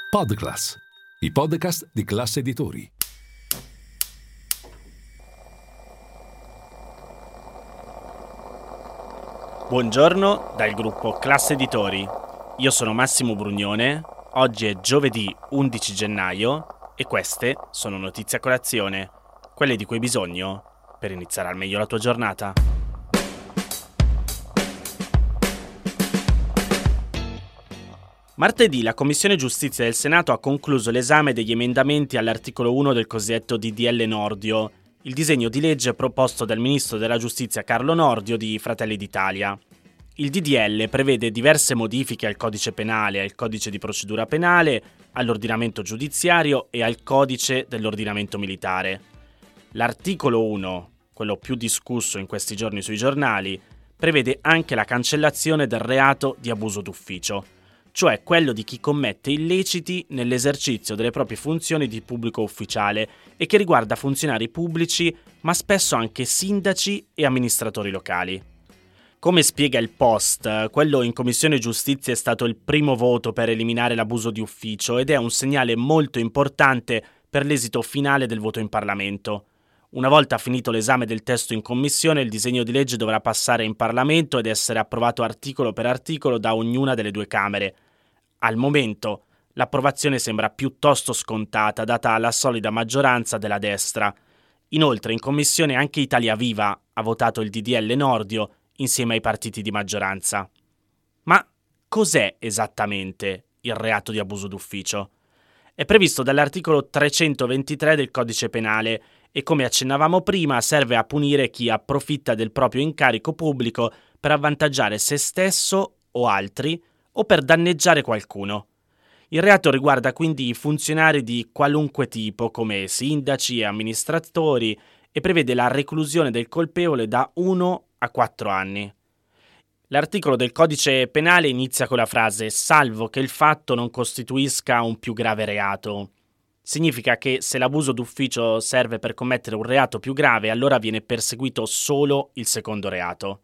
Podclass, i podcast di Classe Editori. Buongiorno dal gruppo Classe Editori. Io sono Massimo Brugnone, oggi è giovedì 11 gennaio e queste sono notizie a colazione, quelle di cui hai bisogno per iniziare al meglio la tua giornata. Martedì la Commissione Giustizia del Senato ha concluso l'esame degli emendamenti all'articolo 1 del cosiddetto DDL Nordio, il disegno di legge proposto dal ministro della Giustizia Carlo Nordio di Fratelli d'Italia. Il DDL prevede diverse modifiche al codice penale, al codice di procedura penale, all'ordinamento giudiziario e al codice dell'ordinamento militare. L'articolo 1, quello più discusso in questi giorni sui giornali, prevede anche la cancellazione del reato di abuso d'ufficio, cioè quello di chi commette illeciti nell'esercizio delle proprie funzioni di pubblico ufficiale e che riguarda funzionari pubblici, ma spesso anche sindaci e amministratori locali. Come spiega il Post, quello in Commissione Giustizia è stato il primo voto per eliminare l'abuso di ufficio ed è un segnale molto importante per l'esito finale del voto in Parlamento. Una volta finito l'esame del testo in Commissione, il disegno di legge dovrà passare in Parlamento ed essere approvato articolo per articolo da ognuna delle due Camere. Al momento, l'approvazione sembra piuttosto scontata, data la solida maggioranza della destra. Inoltre, in Commissione anche Italia Viva ha votato il DDL Nordio insieme ai partiti di maggioranza. Ma cos'è esattamente il reato di abuso d'ufficio? È previsto dall'articolo 323 del Codice Penale e, come accennavamo prima, serve a punire chi approfitta del proprio incarico pubblico per avvantaggiare se stesso o altri o per danneggiare qualcuno. Il reato riguarda quindi i funzionari di qualunque tipo, come sindaci e amministratori, e prevede la reclusione del colpevole da 1 a 4 anni. L'articolo del Codice Penale inizia con la frase «salvo che il fatto non costituisca un più grave reato». Significa che se l'abuso d'ufficio serve per commettere un reato più grave, allora viene perseguito solo il secondo reato.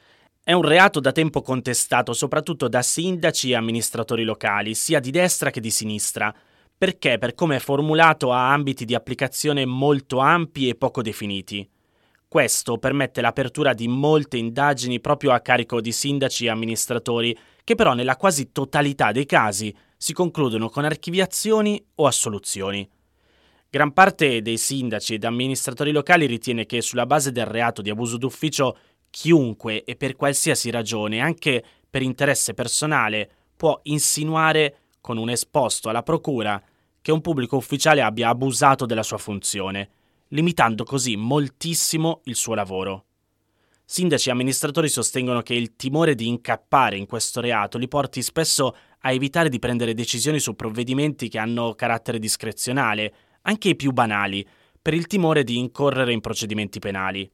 È un reato da tempo contestato soprattutto da sindaci e amministratori locali, sia di destra che di sinistra, perché per come è formulato ha ambiti di applicazione molto ampi e poco definiti. Questo permette l'apertura di molte indagini proprio a carico di sindaci e amministratori, che però nella quasi totalità dei casi si concludono con archiviazioni o assoluzioni. Gran parte dei sindaci ed amministratori locali ritiene che sulla base del reato di abuso d'ufficio chiunque e per qualsiasi ragione, anche per interesse personale, può insinuare con un esposto alla procura che un pubblico ufficiale abbia abusato della sua funzione, limitando così moltissimo il suo lavoro. Sindaci e amministratori sostengono che il timore di incappare in questo reato li porti spesso a evitare di prendere decisioni su provvedimenti che hanno carattere discrezionale, anche i più banali, per il timore di incorrere in procedimenti penali.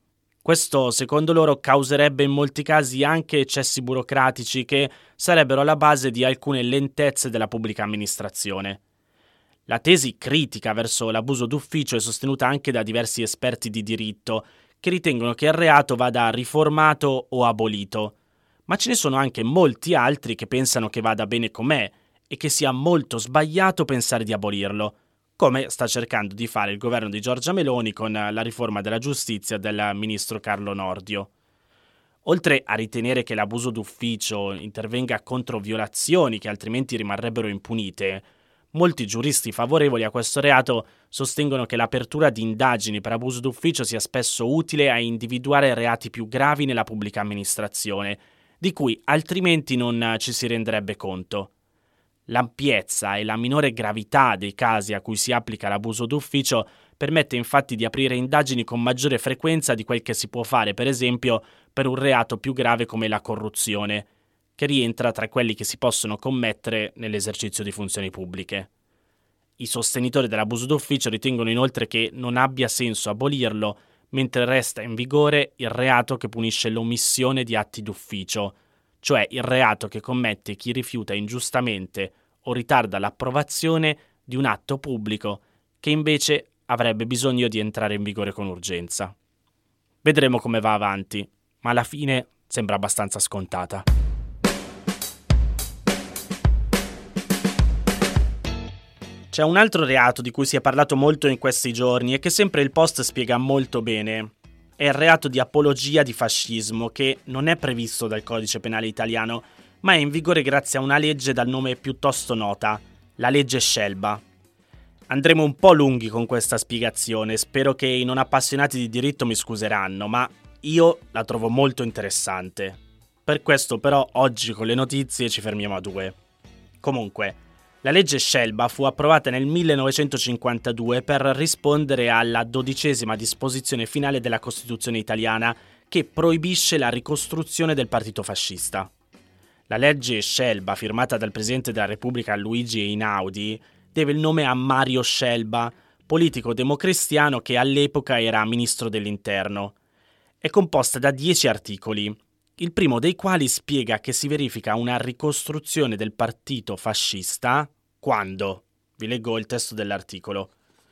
Questo, secondo loro, causerebbe in molti casi anche eccessi burocratici che sarebbero alla base di alcune lentezze della pubblica amministrazione. La tesi critica verso l'abuso d'ufficio è sostenuta anche da diversi esperti di diritto, che ritengono che il reato vada riformato o abolito, ma ce ne sono anche molti altri che pensano che vada bene com'è e che sia molto sbagliato pensare di abolirlo, come sta cercando di fare il governo di Giorgia Meloni con la riforma della giustizia del ministro Carlo Nordio. Oltre a ritenere che l'abuso d'ufficio intervenga contro violazioni che altrimenti rimarrebbero impunite, molti giuristi favorevoli a questo reato sostengono che l'apertura di indagini per abuso d'ufficio sia spesso utile a individuare reati più gravi nella pubblica amministrazione, di cui altrimenti non ci si renderebbe conto. L'ampiezza e la minore gravità dei casi a cui si applica l'abuso d'ufficio permette infatti di aprire indagini con maggiore frequenza di quel che si può fare, per esempio, per un reato più grave come la corruzione, che rientra tra quelli che si possono commettere nell'esercizio di funzioni pubbliche. I sostenitori dell'abuso d'ufficio ritengono inoltre che non abbia senso abolirlo, mentre resta in vigore il reato che punisce l'omissione di atti d'ufficio, cioè il reato che commette chi rifiuta ingiustamente o ritarda l'approvazione di un atto pubblico che invece avrebbe bisogno di entrare in vigore con urgenza. Vedremo come va avanti, ma alla fine sembra abbastanza scontata. C'è un altro reato di cui si è parlato molto in questi giorni e che sempre il Post spiega molto bene. È il reato di apologia di fascismo, che non è previsto dal codice penale italiano, ma è in vigore grazie a una legge dal nome piuttosto nota, la legge Scelba. Andremo un po' lunghi con questa spiegazione, spero che i non appassionati di diritto mi scuseranno, ma io la trovo molto interessante. Per questo però oggi con le notizie ci fermiamo a 2. Comunque, la legge Scelba fu approvata nel 1952 per rispondere alla 12ª disposizione finale della Costituzione italiana che proibisce la ricostruzione del partito fascista. La legge Scelba, firmata dal Presidente della Repubblica Luigi Einaudi, deve il nome a Mario Scelba, politico democristiano che all'epoca era ministro dell'Interno. È composta da 10 articoli, il primo dei quali spiega che si verifica una ricostruzione del partito fascista quando, vi leggo il testo dell'articolo,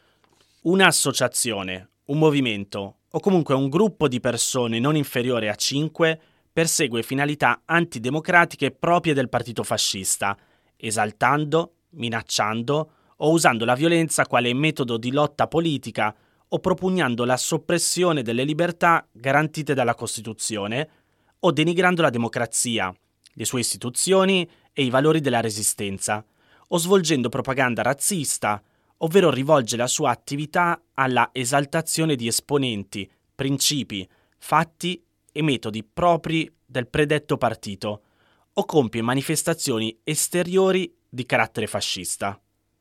un'associazione, un movimento o comunque un gruppo di persone non inferiore a 5 persegue finalità antidemocratiche proprie del partito fascista, esaltando, minacciando o usando la violenza quale metodo di lotta politica o propugnando la soppressione delle libertà garantite dalla Costituzione o denigrando la democrazia, le sue istituzioni e i valori della Resistenza, o svolgendo propaganda razzista, ovvero rivolge la sua attività alla esaltazione di esponenti, principi, fatti e metodi propri del predetto partito, o compie manifestazioni esteriori di carattere fascista.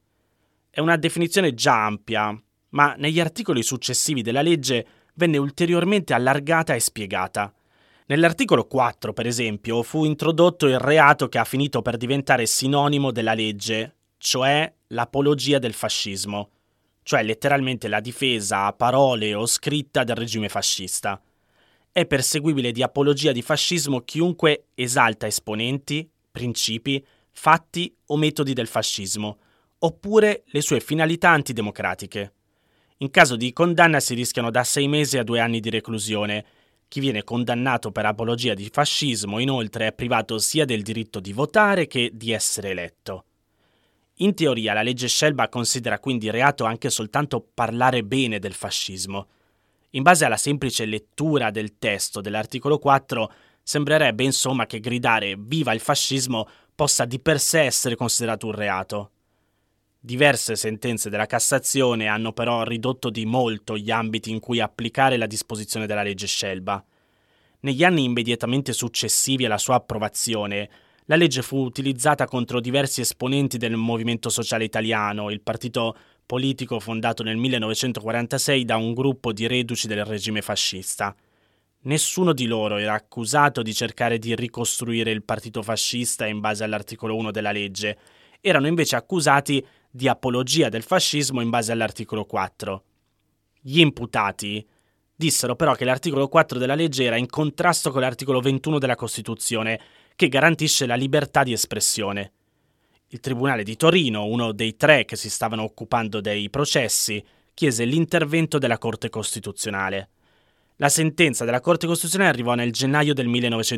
È una definizione già ampia, ma negli articoli successivi della legge venne ulteriormente allargata e spiegata. Nell'articolo 4, per esempio, fu introdotto il reato che ha finito per diventare sinonimo della legge, cioè l'apologia del fascismo, cioè letteralmente la difesa a parole o scritta del regime fascista. È perseguibile di apologia di fascismo chiunque esalta esponenti, principi, fatti o metodi del fascismo, oppure le sue finalità antidemocratiche. In caso di condanna si rischiano da 6 mesi a 2 anni di reclusione. Chi viene condannato per apologia di fascismo, inoltre, è privato sia del diritto di votare che di essere eletto. In teoria, la legge Scelba considera quindi reato anche soltanto parlare bene del fascismo. In base alla semplice lettura del testo dell'articolo 4, sembrerebbe insomma che gridare «Viva il fascismo» possa di per sé essere considerato un reato. Diverse sentenze della Cassazione hanno però ridotto di molto gli ambiti in cui applicare la disposizione della legge Scelba. Negli anni immediatamente successivi alla sua approvazione, la legge fu utilizzata contro diversi esponenti del Movimento Sociale Italiano, il partito politico fondato nel 1946 da un gruppo di reduci del regime fascista. Nessuno di loro era accusato di cercare di ricostruire il partito fascista in base all'articolo 1 della legge, erano invece accusati di apologia del fascismo in base all'articolo 4. Gli imputati dissero però che l'articolo 4 della legge era in contrasto con l'articolo 21 della Costituzione, che garantisce la libertà di espressione. Il Tribunale di Torino, uno dei 3 che si stavano occupando dei processi, chiese l'intervento della Corte Costituzionale. La sentenza della Corte Costituzionale arrivò nel gennaio del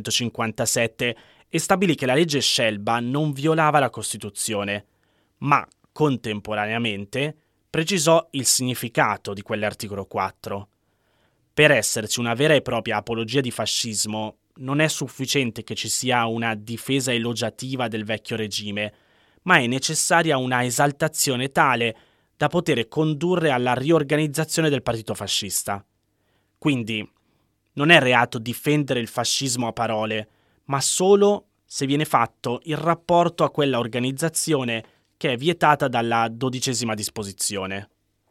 1957 e stabilì che la legge Scelba non violava la Costituzione, ma contemporaneamente precisò il significato di quell'articolo 4. Per esserci una vera e propria apologia di fascismo, non è sufficiente che ci sia una difesa elogiativa del vecchio regime, ma è necessaria una esaltazione tale da poter condurre alla riorganizzazione del partito fascista. Quindi non è reato difendere il fascismo a parole, ma solo se viene fatto in rapporto a quella organizzazione che è vietata dalla 12ª disposizione.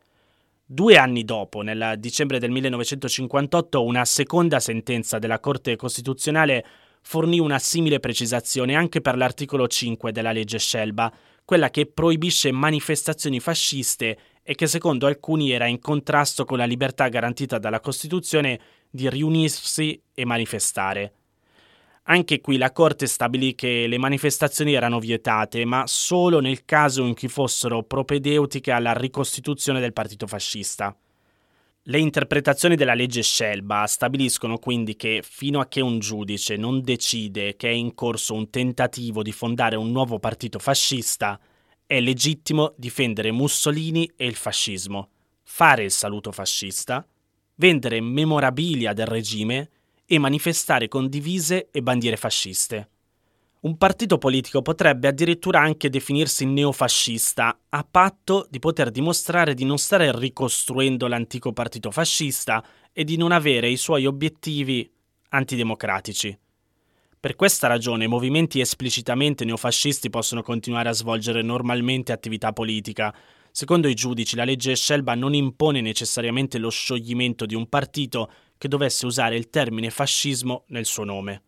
2 anni dopo, nel dicembre del 1958, una seconda sentenza della Corte Costituzionale fornì una simile precisazione anche per l'articolo 5 della legge Scelba, quella che proibisce manifestazioni fasciste e che secondo alcuni era in contrasto con la libertà garantita dalla Costituzione di riunirsi e manifestare. Anche qui la Corte stabilì che le manifestazioni erano vietate, ma solo nel caso in cui fossero propedeutiche alla ricostituzione del partito fascista. Le interpretazioni della legge Scelba stabiliscono quindi che fino a che un giudice non decide che è in corso un tentativo di fondare un nuovo partito fascista, È legittimo difendere Mussolini e il fascismo, fare il saluto fascista, vendere memorabilia del regime e manifestare con divise e bandiere fasciste. Un partito politico potrebbe addirittura anche definirsi neofascista, a patto di poter dimostrare di non stare ricostruendo l'antico partito fascista e di non avere i suoi obiettivi antidemocratici. Per questa ragione, movimenti esplicitamente neofascisti possono continuare a svolgere normalmente attività politica. Secondo i giudici, la legge Scelba non impone necessariamente lo scioglimento di un partito che dovesse usare il termine fascismo nel suo nome.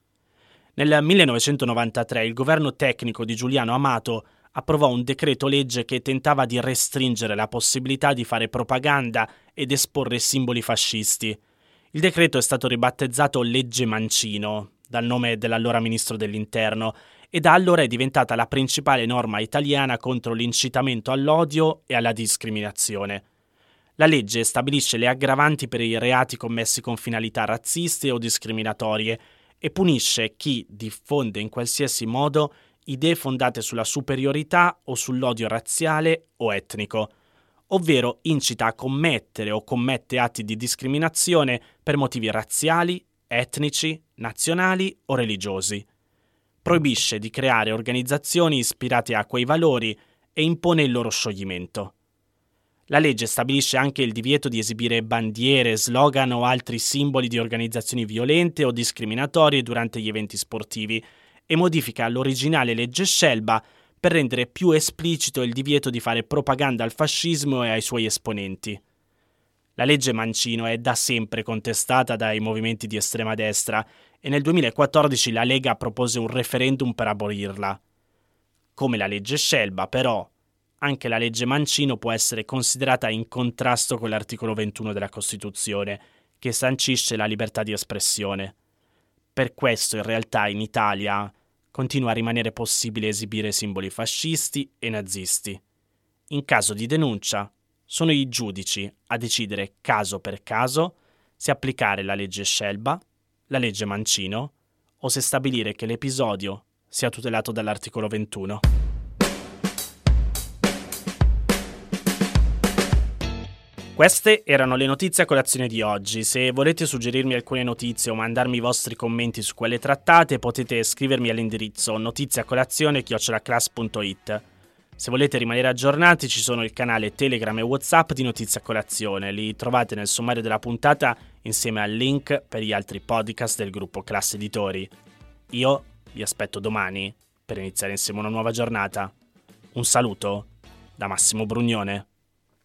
Nel 1993 il governo tecnico di Giuliano Amato approvò un decreto legge che tentava di restringere la possibilità di fare propaganda ed esporre simboli fascisti. Il decreto è stato ribattezzato Legge Mancino, dal nome dell'allora ministro dell'Interno, e da allora è diventata la principale norma italiana contro l'incitamento all'odio e alla discriminazione. La legge stabilisce le aggravanti per i reati commessi con finalità razziste o discriminatorie e punisce chi diffonde in qualsiasi modo idee fondate sulla superiorità o sull'odio razziale o etnico, ovvero incita a commettere o commette atti di discriminazione per motivi razziali, etnici, nazionali o religiosi. Proibisce di creare organizzazioni ispirate a quei valori e impone il loro scioglimento. La legge stabilisce anche il divieto di esibire bandiere, slogan o altri simboli di organizzazioni violente o discriminatorie durante gli eventi sportivi e modifica l'originale legge Scelba per rendere più esplicito il divieto di fare propaganda al fascismo e ai suoi esponenti. La legge Mancino è da sempre contestata dai movimenti di estrema destra e nel 2014 la Lega propose un referendum per abolirla. Come la legge Scelba, però, anche la legge Mancino può essere considerata in contrasto con l'articolo 21 della Costituzione, che sancisce la libertà di espressione. Per questo, in realtà, in Italia continua a rimanere possibile esibire simboli fascisti e nazisti. In caso di denuncia, sono i giudici a decidere caso per caso se applicare la legge Scelba, la legge Mancino o se stabilire che l'episodio sia tutelato dall'articolo 21. Queste erano le notizie a colazione di oggi. Se volete suggerirmi alcune notizie o mandarmi i vostri commenti su quelle trattate, potete scrivermi all'indirizzo notiziacolazione@class.it. Se volete rimanere aggiornati, ci sono il canale Telegram e WhatsApp di Notizie a Colazione. Li trovate nel sommario della puntata insieme al link per gli altri podcast del gruppo Class Editori. Io vi aspetto domani per iniziare insieme una nuova giornata. Un saluto da Massimo Brugnone.